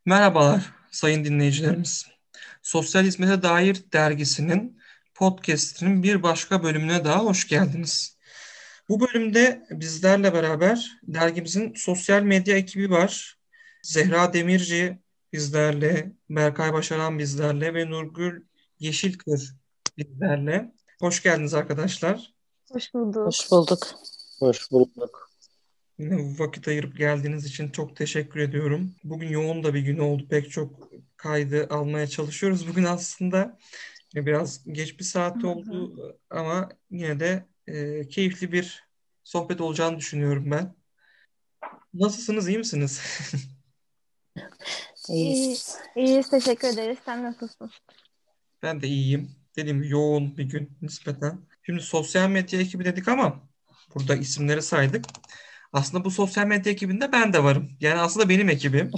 Merhabalar sayın dinleyicilerimiz. Sosyal Hizmete Dair dergisinin podcast'inin bir başka bölümüne daha hoş geldiniz. Bu bölümde bizlerle beraber dergimizin sosyal medya ekibi var. Zehra Demirci bizlerle, Berkay Başaran bizlerle ve Nurgül Yeşilkır bizlerle. Hoş geldiniz arkadaşlar. Hoş bulduk. Hoş bulduk. Hoş bulduk. Yine vakit ayırıp geldiğiniz için çok teşekkür ediyorum. Bugün yoğun da bir gün oldu. Pek çok kaydı almaya çalışıyoruz. Bugün aslında biraz geç bir Hı saat hı. oldu ama yine de keyifli bir sohbet olacağını düşünüyorum ben. Nasılsınız, iyi misiniz? İyi, İyiyiz. iyiyiz, teşekkür ederiz. Sen nasılsın? Ben de iyiyim. Dediğim gibi yoğun bir gün nispeten. Şimdi sosyal medya ekibi dedik ama burada isimleri saydık. Aslında bu sosyal medya ekibinde ben de varım. Yani aslında benim ekibim.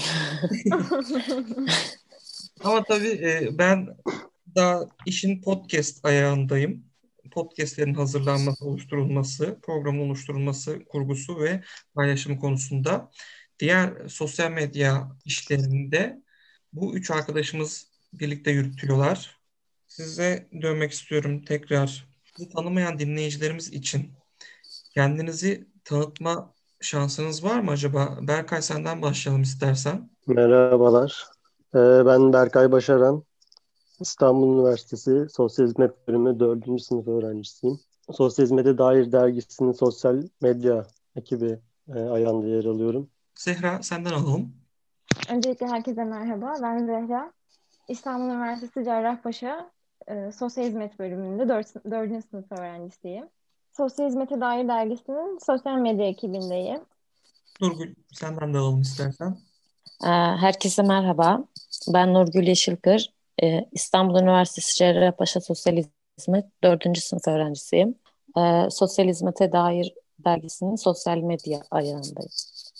Ama tabii ben daha işin podcast ayağındayım. Podcastlerin hazırlanması, oluşturulması, programın oluşturulması, kurgusu ve paylaşımı konusunda. Diğer sosyal medya işlerinde bu üç arkadaşımız birlikte yürütüyorlar. Size dönmek istiyorum tekrar. Sizi tanımayan dinleyicilerimiz için kendinizi tanıtma şansınız var mı acaba? Berkay senden başlayalım istersen. Merhabalar. Ben Berkay Başaran. İstanbul Üniversitesi Sosyal Hizmet Bölümü 4. sınıf öğrencisiyim. Sosyal Hizmete Dair dergisinin sosyal medya ekibi ayağında yer alıyorum. Zehra senden alalım. Öncelikle herkese merhaba. Ben Zehra. İstanbul Üniversitesi Cerrahpaşa Sosyal Hizmet bölümünde 4. sınıf öğrencisiyim. Sosyal Hizmete Dair dergisinin sosyal medya ekibindeyim. Nurgül senden de alalım istersen. Herkese merhaba. Ben Nurgül Yeşilkır. İstanbul Üniversitesi Cerrahpaşa Sosyal Hizmet 4. sınıf öğrencisiyim. Sosyal Hizmete Dair dergisinin sosyal medya ayağındayım.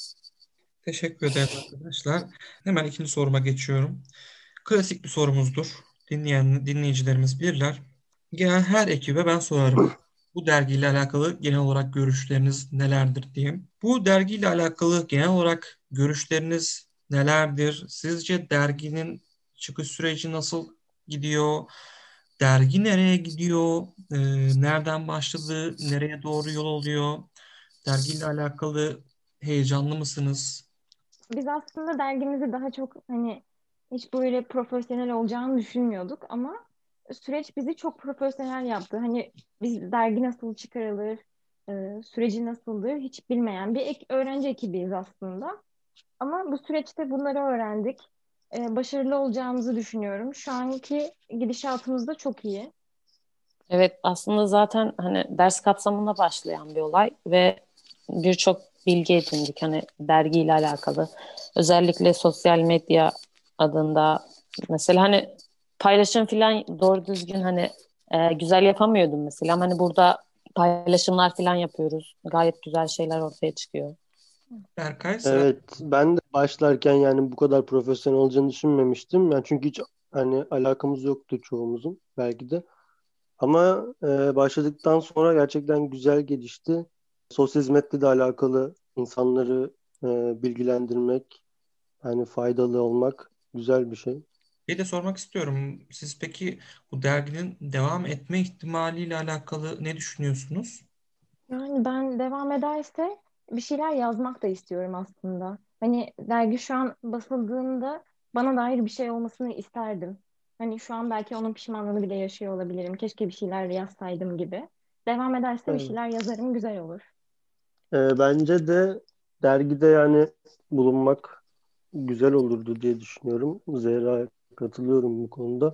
Teşekkür ederim arkadaşlar. Hemen ikinci soruma geçiyorum. Klasik bir sorumuzdur. Dinleyicilerimiz bilirler. Genel her ekibe ben sorarım. Bu dergiyle alakalı genel olarak görüşleriniz nelerdir diyeyim. Bu dergiyle alakalı genel olarak görüşleriniz nelerdir? Sizce derginin çıkış süreci nasıl gidiyor? Dergi nereye gidiyor? Nereden başladı? Nereye doğru yol alıyor? Dergiyle alakalı heyecanlı mısınız? Biz aslında dergimizi daha çok hiç böyle profesyonel olacağını düşünmüyorduk ama süreç bizi çok profesyonel yaptı. Hani biz dergi nasıl çıkarılır, süreci nasıldır hiç bilmeyen bir öğrenci ekibiyiz aslında. Ama bu süreçte bunları öğrendik. Başarılı olacağımızı düşünüyorum. Şu anki gidişatımız da çok iyi. Evet, aslında zaten hani ders kapsamında başlayan bir olay ve birçok bilgi edindik hani dergiyle alakalı. Özellikle sosyal medya adında mesela hani paylaşım falan doğru düzgün güzel yapamıyordum mesela. Ama hani burada paylaşımlar falan yapıyoruz. Gayet güzel şeyler ortaya çıkıyor. Berkay sıra. Evet, ben de başlarken yani bu kadar profesyonel olacağını düşünmemiştim. Yani çünkü hiç hani alakamız yoktu çoğumuzun belki de. Ama başladıktan sonra gerçekten güzel gelişti. Sosyal hizmetle de alakalı insanları bilgilendirmek, yani faydalı olmak güzel bir şey. Bir de sormak istiyorum. Siz peki bu derginin devam etme ihtimaliyle alakalı ne düşünüyorsunuz? Yani ben devam ederse bir şeyler yazmak da istiyorum aslında. Hani dergi şu an basıldığında bana dair bir şey olmasını isterdim. Hani şu an belki onun pişmanlığını bile yaşıyor olabilirim. Keşke bir şeyler yazsaydım gibi. Devam ederse bir Evet. şeyler yazarım, güzel olur. Bence de dergide yani bulunmak güzel olurdu diye düşünüyorum. Zehra'ya katılıyorum bu konuda.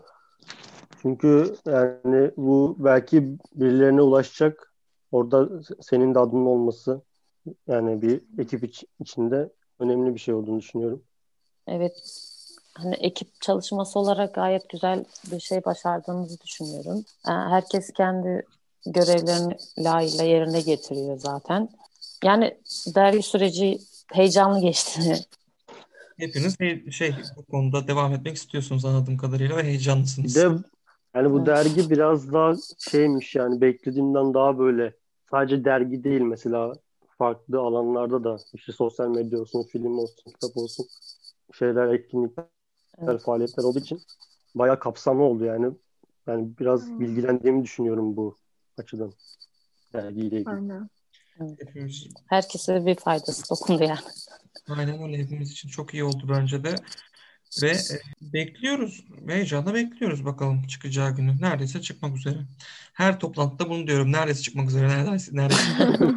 Çünkü yani bu belki birilerine ulaşacak. Orada senin de adının olması yani bir ekip içinde önemli bir şey olduğunu düşünüyorum. Evet, hani ekip çalışması olarak gayet güzel bir şey başardığımızı düşünüyorum. Herkes kendi görevlerini layığıyla yerine getiriyor zaten. Yani dergi süreci heyecanlı geçti. Hepiniz bu konuda devam etmek istiyorsunuz anladığım kadarıyla ve Bir heyecanlısınız. de yani bu Evet. dergi biraz daha şeymiş yani beklediğimden daha böyle sadece dergi değil mesela farklı alanlarda da işte sosyal medya olsun, film olsun, kitap olsun. şeyler, etkinlikler, Evet. faaliyetler olduğu için bayağı kapsamlı oldu yani. Yani biraz Aynen. bilgilendiğimi düşünüyorum bu açıdan dergiyle ilgili. Aynen. Hepimiz, Herkese bir faydası dokundu yani. aynen öyle, hepimiz için çok iyi oldu bence de. Ve bekliyoruz. Heyecanla bekliyoruz bakalım çıkacağı günü. Neredeyse çıkmak üzere. Her toplantıda bunu diyorum. Neredeyse çıkmak üzere. Neredeyse.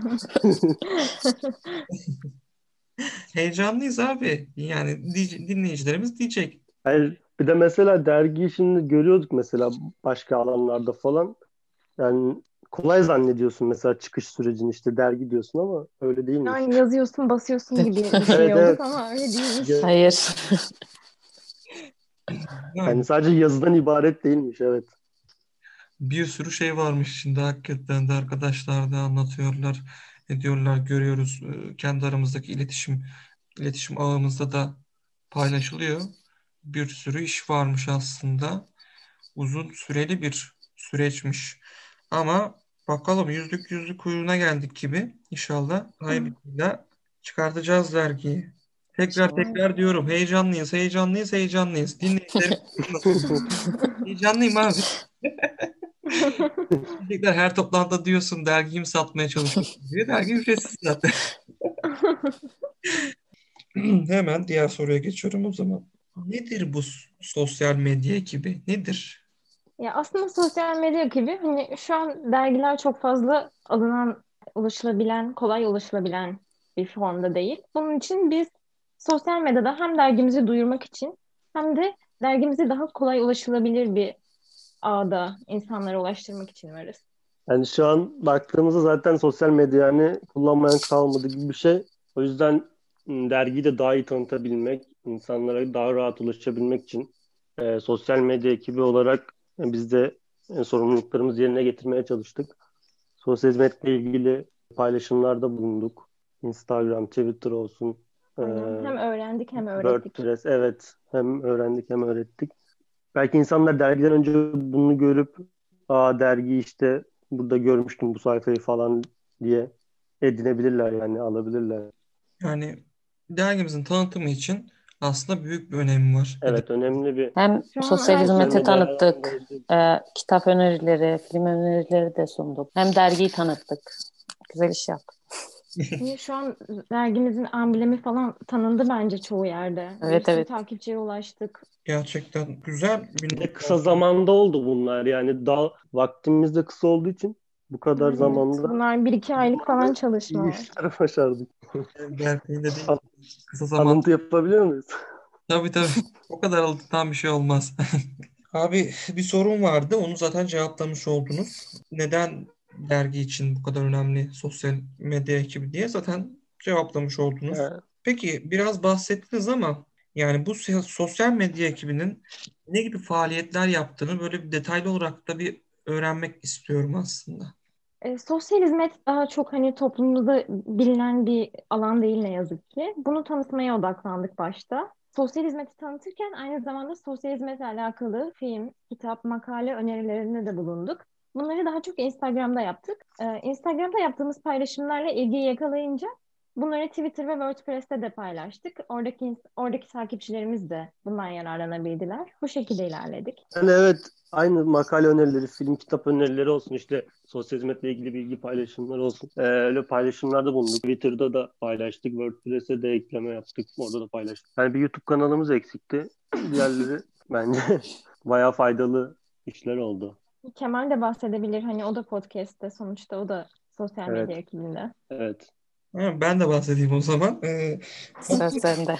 Heyecanlıyız abi. Yani dinleyicilerimiz diyecek. Hayır, bir de mesela dergiyi şimdi görüyorduk mesela başka alanlarda falan. Yani kolay zannediyorsun mesela çıkış sürecini, işte dergi diyorsun ama öyle değilmiş. Yani yazıyorsun, basıyorsun gibi Evet, düşünüyorduk evet. ama öyle değilmiş. Hayır. Yani Yani sadece yazıdan ibaret değilmiş, evet. bir sürü şey varmış şimdi, hakikaten de arkadaşlar da anlatıyorlar, ediyorlar, görüyoruz. Kendi aramızdaki iletişim ağımızda da paylaşılıyor. Bir sürü iş varmış aslında. Uzun süreli bir süreçmiş. Ama bakalım, yüzlük kuyruğuna geldik gibi. İnşallah hayırlısıyla çıkartacağız dergiyi. Tekrar İnşallah. tekrar diyorum. Heyecanlıyız, heyecanlıyız, heyecanlıyız. Dinleyicilerim heyecanlıyım abi. Diyecekler, her toplantıda diyorsun dergimi satmaya çalışıyorsun diye. Dergi ücretsiz zaten. Hemen diğer soruya geçiyorum o zaman. Nedir bu sosyal medya ekibi? Nedir? Ya aslında sosyal medya gibi hani şu an dergiler çok fazla alınan, ulaşılabilen, kolay ulaşılabilen bir formda değil. Bunun için biz sosyal medyada hem dergimizi duyurmak için hem de dergimizi daha kolay ulaşılabilir bir ağda insanlara ulaştırmak için varız. Yani şu an baktığımızda zaten sosyal medya yani kullanmayan kalmadı gibi bir şey. O yüzden dergiyi de daha iyi tanıtabilmek, insanlara daha rahat ulaşabilmek için sosyal medya ekibi olarak biz de sorumluluklarımızı yerine getirmeye çalıştık. Sosyal hizmetle ilgili paylaşımlarda bulunduk. Instagram, Twitter olsun, e, Aynen. Hem öğrendik hem öğrettik. WordPress, evet, hem öğrendik hem öğrettik. Belki insanlar dergiden önce bunu görüp dergi işte burada görmüştüm bu sayfayı falan diye edinebilirler, yani alabilirler. Yani dergimizin tanıtımı için aslında büyük bir önemi var. Evet, önemli bir Hem Şu an sosyal evet. sosyal hizmeti medya her alanda tanıttık, olduğu için. kitap önerileri, film önerileri de sunduk. Hem dergiyi tanıttık. Güzel iş yaptık. Niye şu an dergimizin amblemi falan tanındı bence çoğu yerde. Bir Evet, sürü evet. takipçiye ulaştık. Gerçekten güzel bir Bir de nokta kısa oldu. zamanda oldu bunlar, yani daha vaktimiz de kısa olduğu için bu kadar Evet. zamanda Bunlar bir iki aylık falan iyi çalışma. işler başardık. Berkay'ın dediği An- gibi kısa zaman. Alıntı yapabiliyor muyuz? Tabii tabii. O kadar aldıktan bir şey olmaz. Abi, bir sorun vardı. Onu zaten cevaplamış oldunuz. Neden dergi için bu kadar önemli sosyal medya ekibi diye zaten cevaplamış oldunuz. Yani Peki biraz bahsettiniz ama yani bu sosyal medya ekibinin ne gibi faaliyetler yaptığını böyle bir detaylı olarak da bir öğrenmek istiyorum aslında. Sosyal hizmet daha çok hani toplumumuzda bilinen bir alan değil ne yazık ki. Bunu tanıtmaya odaklandık başta. Sosyal hizmeti tanıtırken aynı zamanda sosyal hizmetle alakalı film, kitap, makale önerilerinde de bulunduk. Bunları daha çok Instagram'da yaptık. Instagram'da yaptığımız paylaşımlarla ilgiyi yakalayınca bunları Twitter ve WordPress'te de paylaştık. Oradaki takipçilerimiz de bundan yararlanabildiler. Bu şekilde ilerledik. evet, aynı makale önerileri, film, kitap önerileri olsun, işte sosyal hizmetle ilgili bilgi paylaşımları olsun. Öyle paylaşımlarda bulunduk. Twitter'da da paylaştık. WordPress'e de ekleme yaptık. Orada da paylaştık. Yani bir YouTube kanalımız eksikti. Diğerleri bence bayağı faydalı işler oldu. Kemal de bahsedebilir. Hani o da podcast'te sonuçta o da sosyal medya Evet, ekibinde. evet. Ha, ben de bahsedeyim o zaman. Söz sende.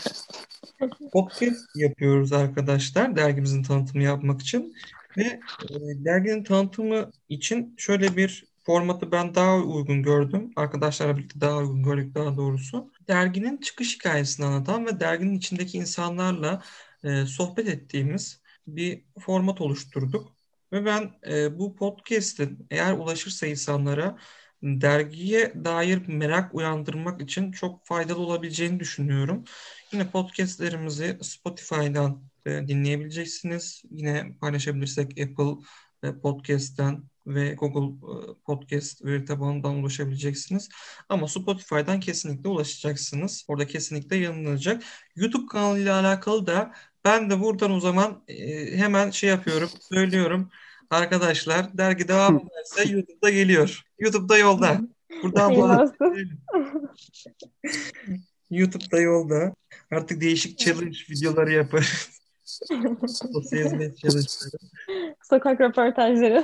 Podcast yapıyoruz arkadaşlar dergimizin tanıtımını yapmak için ve derginin tanıtımı için şöyle bir formatı ben daha uygun gördüm. Arkadaşlarla birlikte daha uygun gördük daha doğrusu. Derginin çıkış hikayesini anlatan ve derginin içindeki insanlarla sohbet ettiğimiz bir format oluşturduk. Ve ben bu podcast'in eğer ulaşırsa insanlara dergiye dair merak uyandırmak için çok faydalı olabileceğini düşünüyorum. Yine podcastlerimizi Spotify'dan dinleyebileceksiniz. Yine paylaşabilirsek Apple Podcast'ten ve Google Podcast veri tabanından ulaşabileceksiniz. Ama Spotify'dan kesinlikle ulaşacaksınız. Orada kesinlikle yayınlanacak. YouTube kanalıyla alakalı da ben de buradan o zaman hemen şey yapıyorum, söylüyorum. Arkadaşlar dergi devam ederse YouTube'da geliyor. YouTube'da yolda. Buradan bu Hayırlı olsun. YouTube'da yolda. Artık değişik challenge videoları yaparız. Sosyal hizmet challenge'ları. Sokak röportajları.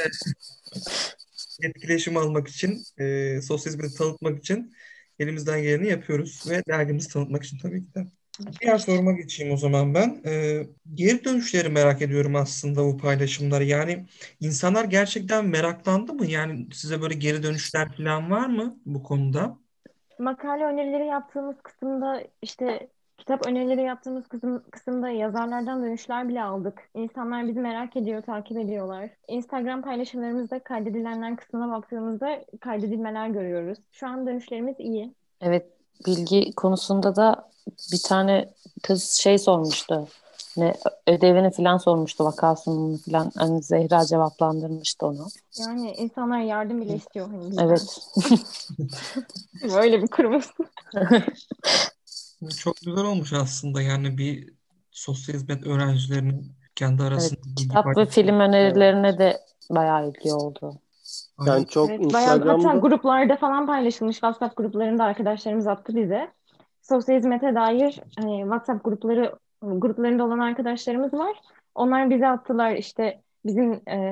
Etkileşim almak için, sosyal hizmeti tanıtmak için elimizden geleni yapıyoruz ve dergimizi tanıtmak için tabii ki de. Diğer soruma geçeyim o zaman ben. Geri dönüşleri merak ediyorum aslında bu paylaşımları. Yani insanlar gerçekten meraklandı mı? Yani size böyle geri dönüşler falan var mı bu konuda? Makale önerileri yaptığımız kısımda işte kitap önerileri yaptığımız kısımda yazarlardan dönüşler bile aldık. İnsanlar bizi merak ediyor, takip ediyorlar. Instagram paylaşımlarımızda kaydedilenler kısmına baktığımızda kaydedilmeler görüyoruz. Şu an dönüşlerimiz iyi. Evet, bilgi konusunda da bir tane kız şey sormuştu. Ne ödevini falan sormuştu, vaka sunumunu falan. Hani Zehra cevaplandırmıştı onu. Yani insanlar yardım bile istiyor hani bizden. Evet. Böyle bir kurumuz. Çok güzel olmuş aslında yani bir sosyal hizmet öğrencilerinin kendi Evet, arasında bilgi kitap ve paylaşımı. film önerilerine de bayağı ilgi oldu. Aynen. Yani çok Evet, bayağı hatta Instagram'da gruplarda falan paylaşılmış. WhatsApp gruplarında arkadaşlarımız attı bize. Sosyal hizmete dair hani WhatsApp gruplarında olan arkadaşlarımız var. Onlar bize attılar işte bizim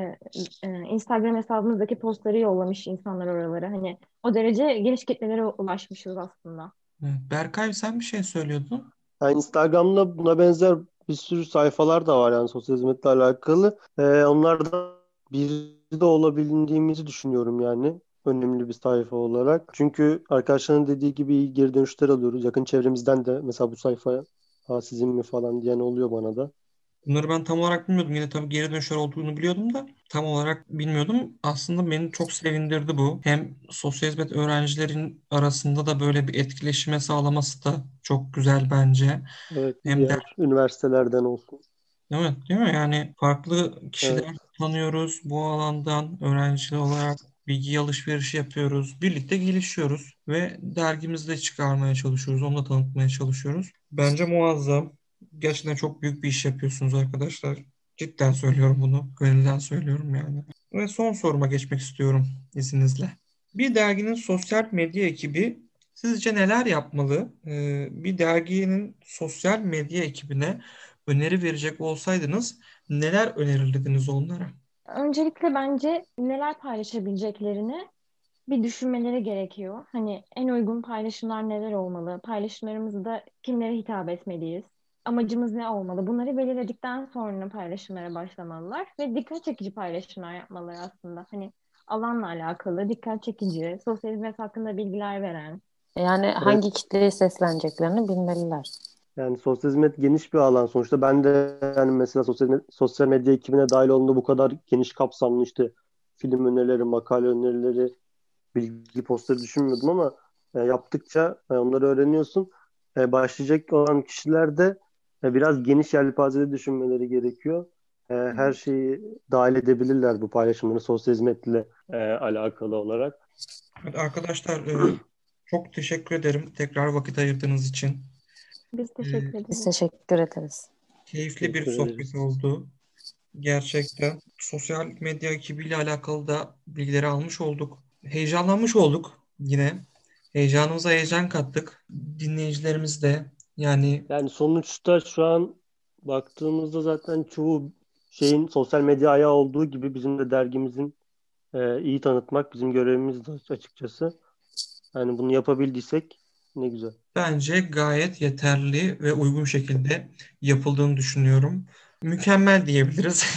Instagram hesabımızdaki postları yollamış insanlar oralara. Hani o derece geniş kitlelere ulaşmışız aslında. Evet. Berkay sen bir şey söylüyordun. yani Instagram'da buna benzer bir sürü sayfalar da var yani sosyal hizmetle alakalı. Onlardan biri de olabildiğimizi düşünüyorum yani. Önemli bir sayfa olarak. Çünkü arkadaşların dediği gibi iyi geri dönüşler alıyoruz. Yakın çevremizden de mesela bu sayfa sizin mi falan diyen oluyor bana da. Bunları ben tam olarak bilmiyordum. Yine tabii geri dönüşler olduğunu biliyordum da tam olarak bilmiyordum. Aslında beni çok sevindirdi bu. Hem sosyal hizmet öğrencilerin arasında da böyle bir etkileşime sağlaması da çok güzel bence. Evet, Hem de diğer üniversitelerden olsun. değil mi? Yani farklı Evet. kişiler tanıyoruz bu alandan öğrenci olarak bilgi alışverişi yapıyoruz. Birlikte gelişiyoruz ve dergimizi de çıkarmaya çalışıyoruz. Onu da tanıtmaya çalışıyoruz. Bence muazzam. Gerçekten çok büyük bir iş yapıyorsunuz arkadaşlar. Cidden söylüyorum bunu. Gönülden söylüyorum yani. Ve son soruma geçmek istiyorum izninizle. Bir derginin sosyal medya ekibi sizce neler yapmalı? Bir derginin sosyal medya ekibine öneri verecek olsaydınız neler önerirdiniz onlara? Öncelikle bence neler paylaşabileceklerini bir düşünmeleri gerekiyor. Hani en uygun paylaşımlar neler olmalı? Paylaşımlarımızda kimlere hitap etmeliyiz? Amacımız ne olmalı? Bunları belirledikten sonra paylaşımlara başlamalılar ve dikkat çekici paylaşımlar yapmalılar aslında. Hani alanla alakalı, dikkat çekici, sosyal hizmet hakkında bilgiler veren. Yani Evet. hangi kitleye sesleneceklerini bilmeliler. Yani sosyal hizmet geniş bir alan sonuçta. Ben de yani mesela sosyal medya ekibine dahil olduğumda bu kadar geniş kapsamlı işte film önerileri, makale önerileri, bilgi postları düşünmüyordum ama yaptıkça onları öğreniyorsun. Başlayacak olan kişiler de biraz geniş yelpazede düşünmeleri gerekiyor. Her şeyi dahil edebilirler bu paylaşımları sosyal hizmetle alakalı olarak. Evet, arkadaşlar çok teşekkür ederim tekrar vakit ayırdığınız için. Biz E, teşekkür Biz ederiz. teşekkür ederiz. Keyifli bir Teşekkür sohbet ederiz. oldu. Gerçekten sosyal medya ekibiyle alakalı da bilgileri almış olduk. Heyecanlanmış olduk yine. Heyecanımıza heyecan kattık. Dinleyicilerimiz de yani Yani sonuçta şu an baktığımızda zaten çoğu şeyin sosyal medya ayağı olduğu gibi bizim de dergimizin iyi tanıtmak bizim görevimiz de açıkçası. Yani bunu yapabildiysek ne güzel. bence gayet yeterli ve uygun şekilde yapıldığını düşünüyorum. Mükemmel diyebiliriz.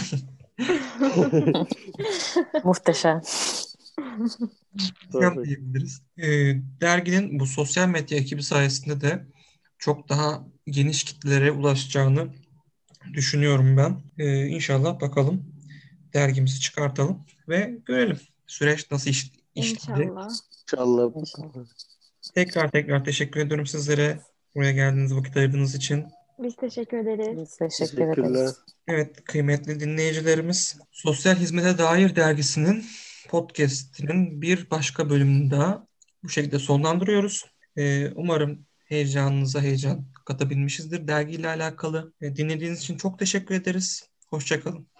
Muhteşem. Mükemmel Perfect. diyebiliriz. Derginin bu sosyal medya ekibi sayesinde de çok daha geniş kitlelere ulaşacağını düşünüyorum ben. İnşallah bakalım dergimizi çıkartalım ve görelim süreç nasıl işledi. İnşallah. İnşallah. İnşallah. Tekrar tekrar teşekkür ediyorum sizlere buraya geldiğiniz vakit ayırdığınız için. Biz teşekkür ederiz. Biz teşekkür Teşekkürler. ederiz. Evet, kıymetli dinleyicilerimiz, Sosyal Hizmete Dair dergisinin podcast'inin bir başka bölümünü daha bu şekilde sonlandırıyoruz. Umarım heyecanınıza heyecan katabilmişizdir dergiyle alakalı. Dinlediğiniz için çok teşekkür ederiz. Hoşça kalın.